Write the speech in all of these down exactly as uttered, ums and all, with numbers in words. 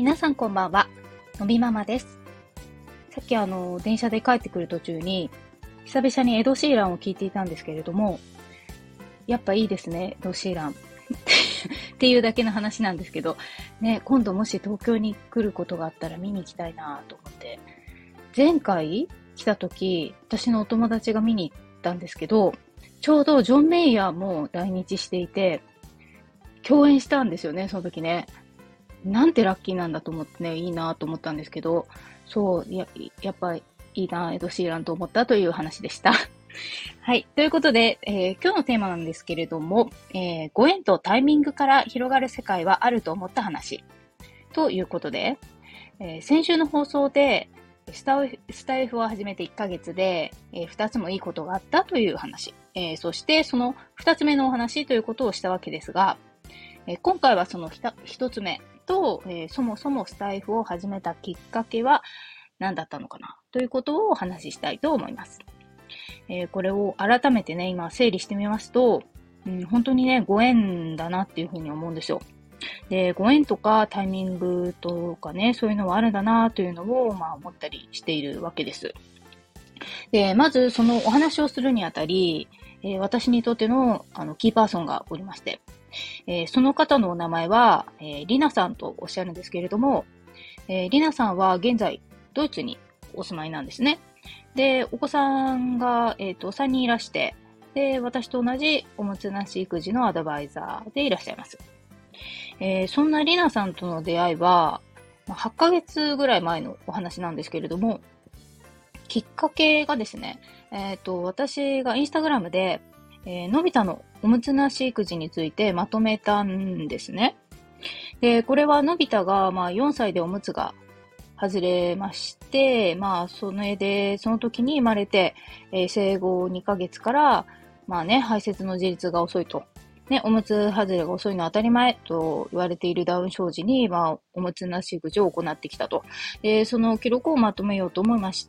皆さんこんばんは、のびママです。さっきあの、電車で帰ってくる途中に、久々にエド・シーランを聞いていたんですけれども、やっぱいいですね、エド・シーラン。っていうだけの話なんですけど、ね、今度もし東京に来ることがあったら見に行きたいなと思って、前回来た時、私のお友達が見に行ったんですけど、ちょうどジョン・メイヤーも来日していて、共演したんですよね、その時ね。なんてラッキーなんだと思ってね、いいなと思ったんですけど、そう、や、やっぱいいな、エド・シーランと思ったという話でした。はい。ということで、えー今日のテーマなんですけれども、えーご縁とタイミングから広がる世界はあると思った話。ということで、えー先週の放送で、スタイフスタイフを始めていっかげつで、えーふたつもいいことがあったという話。えーそしてそのふたつめのお話ということをしたわけですが、えー今回はそのひとつめと、えーそもそもスタイフを始めたきっかけは何だったのかなということをお話ししたいと思います。えーこれを改めてね、今整理してみますと、うん、本当にね、ご縁だなっていうふうに思うんですよ。で、ご縁とかタイミングとかね、そういうのはあるんだなというのを、まあ思ったりしているわけです。で、まずそのお話をするにあたり、えー私にとってのあのキーパーソンがおりまして、えーその方のお名前は、えー、リナさんとおっしゃるんですけれども、えーリナさんは現在ドイツにお住まいなんですね。で、お子さんが、えっと、さんにんいらして、で、私と同じおむつなし育児のアドバイザーでいらっしゃいます。えーそんなリナさんとの出会いは、まあはちかげつぐらい前のお話なんですけれども、きっかけがですね、えっと、私がインスタグラムで、えーのび太のおむつなし育児についてまとめたんですね。で、これはのび太が、まあ、よんさいでおむつが外れまして、まあ、それで、その時に生まれて、えー生後にかげつから、まあね、排泄の自立が遅いと。ね、おむつ外れが遅いのは当たり前と言われているダウン症児に、まあ、おむつなし育児を行ってきたと。で、その記録をまとめようと思いまして、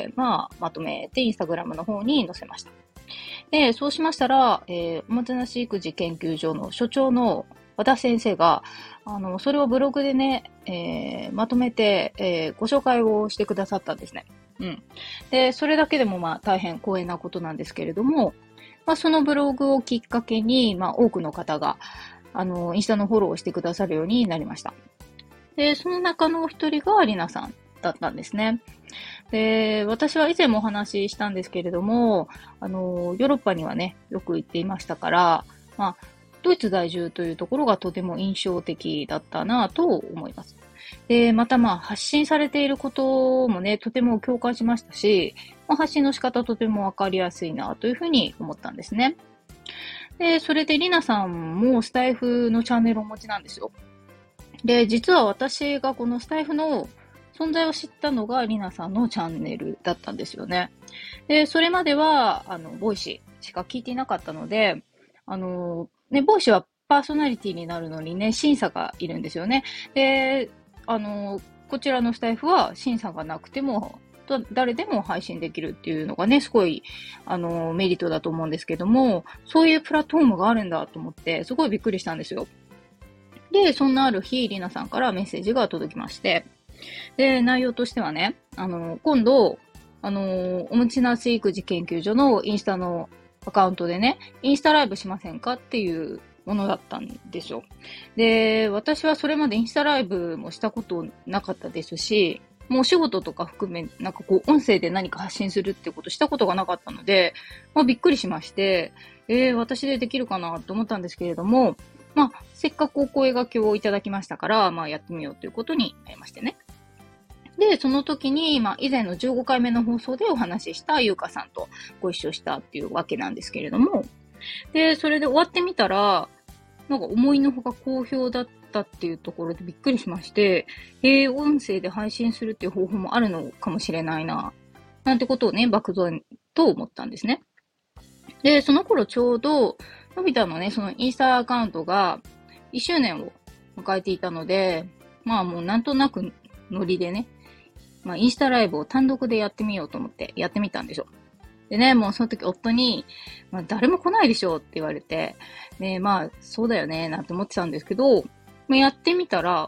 まあ、まとめてインスタグラムの方に載せました。で、そうしましたら、えーおもてなし育児研究所の所長の和田先生が、あの、それをブログでね、えーまとめて、えーご紹介をしてくださったんですね。うん。で、それだけでもまあ大変光栄なことなんですけれども、まあそのブログをきっかけに、まあ多くの方が、あの、インスタのフォローをしてくださるようになりました。で、その中の一人がリナさんだったんですね。で、私は以前もお話ししたんですけれども、あの、ヨーロッパにはね、よく行っていましたから、まあ、ドイツ在住というところがとても印象的だったなと思います。で、またまあ、発信されていることもね、とても共感しましたし、まあ、発信の仕方とてもわかりやすいなというふうに思ったんですね。で、それでリナさんもスタイフのチャンネルをお持ちなんですよ。で、実は私がこのスタイフの存在を知ったのがリナさんのチャンネルだったんですよね。で、それまでは、あの、ボイシーしか聞いていなかったので、あの、ね、ボイシーはパーソナリティになるのにね、審査がいるんですよね。で、あの、こちらのスタイフは審査がなくても、と誰でも配信できるっていうのがね、すごい、あの、メリットだと思うんですけども、そういうプラットフォームがあるんだと思って、すごいびっくりしたんですよ。で、そんなある日、リナさんからメッセージが届きまして、で、内容としてはね、あの、今度、あの、おむつなし育児研究所のインスタのアカウントでね、インスタライブしませんかっていうものだったんですよ。で、私はそれまでインスタライブもしたことなかったですし、もうお仕事とか含め、なんかこう、音声で何か発信するってことしたことがなかったので、まあびっくりしまして、えー、私でできるかなと思ったんですけれども、まあ、せっかくお声掛けをいただきましたから、まあ、やってみようということになりましてね。で、その時に、まあ、以前のじゅうごかいめの放送でお話ししたゆうかさんとご一緒したっていうわけなんですけれども、で、それで終わってみたら、なんか思いのほか好評だったっていうところでびっくりしまして、えー、音声で配信するっていう方法もあるのかもしれないな、なんてことをね、漠然と思ったんですね。で、その頃ちょうど、のび太のね、そのインスタアカウントがいっしゅうねんを迎えていたので、まあもうなんとなくノリでね、まあインスタライブを単独でやってみようと思ってやってみたんですよ。でね、もうその時夫に、まあ誰も来ないでしょって言われて、で、まあそうだよね、なんて思ってたんですけど、まあ、やってみたら、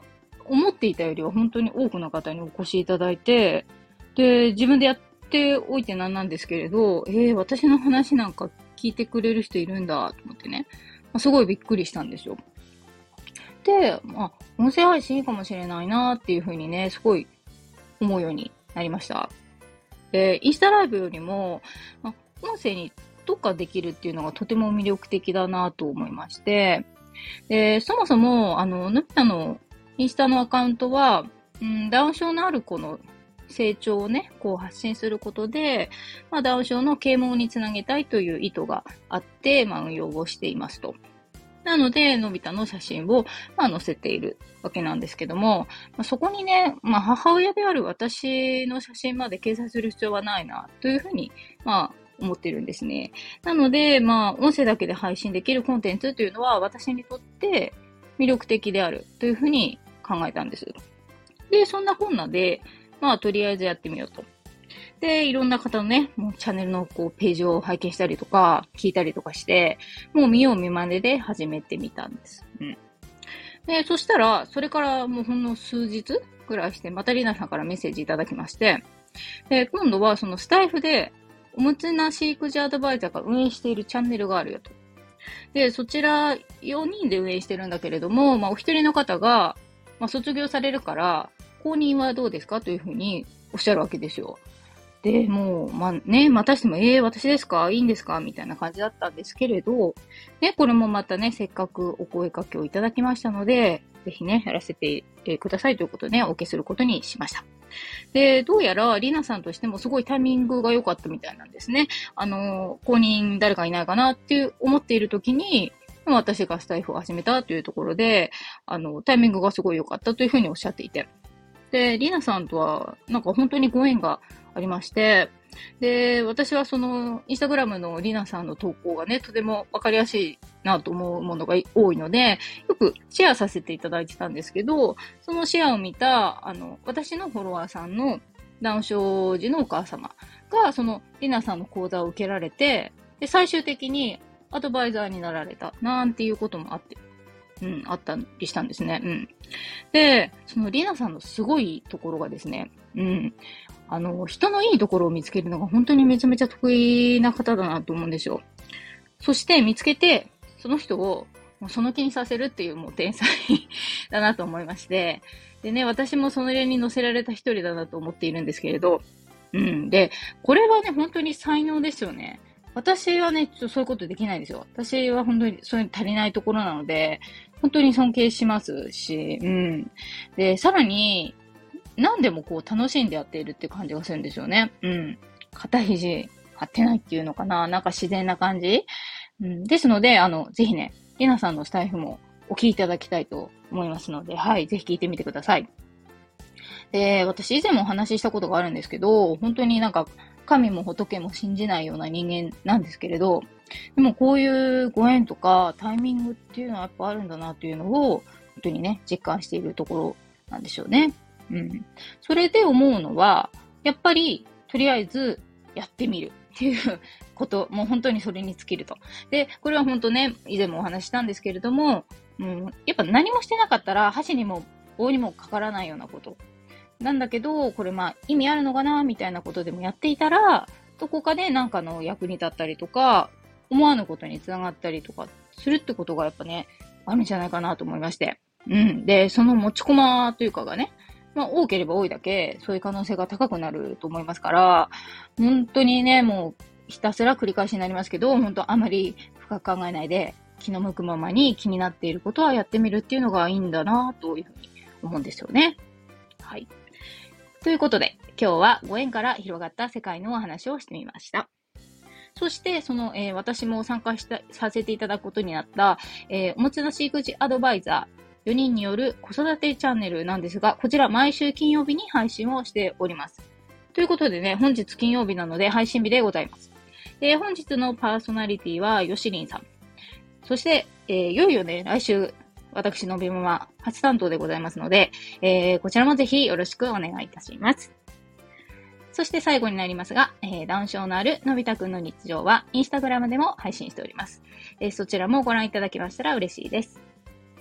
思っていたよりは本当に多くの方にお越しいただいて、で、自分でやっておいてなんなんですけれど、えー、私の話なんか聞いてくれる人いるんだと思ってね、まあ、すごいびっくりしたんですよ。で、まあ、音声配信いいかもしれないなっていうふうにね、すごい思うようになりました。で、インスタライブよりも、まあ、音声に特化できるっていうのがとても魅力的だなと思いまして、で、そもそも、あの、のび太のインスタのアカウントは、うん、ダウン症のある子の成長をね、こう発信することで、まあ、ダウン症の啓蒙につなげたいという意図があって、まあ、運用をしていますと。なので、のび太の写真を、まあ、載せているわけなんですけども、まあ、そこにね、まあ、母親である私の写真まで掲載する必要はないな、というふうに、まあ、思ってるんですね。なので、まあ、音声だけで配信できるコンテンツというのは、私にとって魅力的である、というふうに考えたんです。で、そんなこんなで、まあ、とりあえずやってみようと。で、いろんな方のね、もうチャンネルのこうページを拝見したりとか、聞いたりとかして、もう見よう見まねで始めてみたんです。うん。で、そしたら、それからもうほんの数日ぐらいして、またりなさんからメッセージいただきまして、で、今度はそのスタイフで、おむつな飼育児アドバイザーが運営しているチャンネルがあるよと。で、そちらよにんで運営してるんだけれども、まあ、お一人の方が、まあ、卒業されるから、公認はどうですかというふうにおっしゃるわけですよ。で、もう、まあね、またしても、えー、私ですかいいんですかみたいな感じだったんですけれど、ね、これもまたね、せっかくお声掛けをいただきましたので、ぜひね、やらせてくださいということでね、お受けすることにしました。で、どうやら、りなさんとしてもすごいタイミングが良かったみたいなんですね。あの、公認誰かいないかなっていう思っている時に、私がスタイフを始めたというところで、あの、タイミングがすごい良かったというふうにおっしゃっていて。で、りなさんとは、なんか本当にご縁がありまして、で、私はその、インスタグラムのりなさんの投稿がね、とてもわかりやすいなと思うものが多いので、よくシェアさせていただいてたんですけど、そのシェアを見た、あの、私のフォロワーさんのダウン症児のお母様が、その、りなさんの講座を受けられて、で、最終的にアドバイザーになられた、なんていうこともあって、うん、あったりしたんですね。うん。で、そのりなさんのすごいところがですね、うん。あの、人のいいところを見つけるのが本当にめちゃめちゃ得意な方だなと思うんですよ。そして見つけて、その人をもうその気にさせるっていうもう天才だなと思いまして。でね、私もその例に乗せられた一人だなと思っているんですけれど。うん。で、これはね、本当に才能ですよね。私はね、ちょっとそういうことできないんですよ。私は本当にそういうの足りないところなので、本当に尊敬しますし、うん。で、さらに、何でもこう楽しんでやっているって感じがするんですよね。うん。肩肘張ってないっていうのかな。なんか自然な感じ。うん。ですので、あの、ぜひね、りなさんのスタイフもお聞きいただきたいと思いますので、はい、ぜひ聞いてみてください。で、私以前もお話ししたことがあるんですけど、本当になんか神も仏も信じないような人間なんですけれど、でもこういうご縁とかタイミングっていうのはやっぱあるんだなっていうのを、本当にね、実感しているところなんでしょうね。うん。それで思うのは、やっぱり、とりあえず、やってみるっていうこと、もう本当にそれに尽きると。で、これは本当ね、以前もお話ししたんですけれども、うん、やっぱ何もしてなかったら、箸にも棒にもかからないようなこと。なんだけど、これまあ、意味あるのかなみたいなことでもやっていたら、どこかでなんかの役に立ったりとか、思わぬことにつながったりとかするってことがやっぱね、あるんじゃないかなと思いまして。うん。で、その持ち駒というかがね、まあ、多ければ多いだけ、そういう可能性が高くなると思いますから、本当にね、もう、ひたすら繰り返しになりますけど、本当あまり深く考えないで、気の向くままに気になっていることはやってみるっていうのがいいんだな、というふうに思うんですよね。はい。ということで、今日はご縁から広がった世界のお話をしてみました。そして、その、えー、私も参加した、させていただくことになった、えー、おもちの飼育児アドバイザー、よにんによる子育てチャンネルなんですが、こちら毎週金曜日に配信をしております。ということでね、本日金曜日なので配信日でございます。で、本日のパーソナリティはよしりんさん。そして、えー、いよいよね、来週、私のびママ初担当でございますので、えー、こちらもぜひよろしくお願いいたします。そして最後になりますが、えー、ダウン症のあるのび太くんの日常はインスタグラムでも配信しております。えー、そちらもご覧いただきましたら嬉しいです。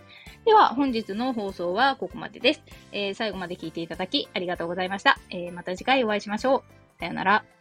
では、本日の放送はここまでです。えー、最後まで聞いていただきありがとうございました。えー、また次回お会いしましょう。さよなら。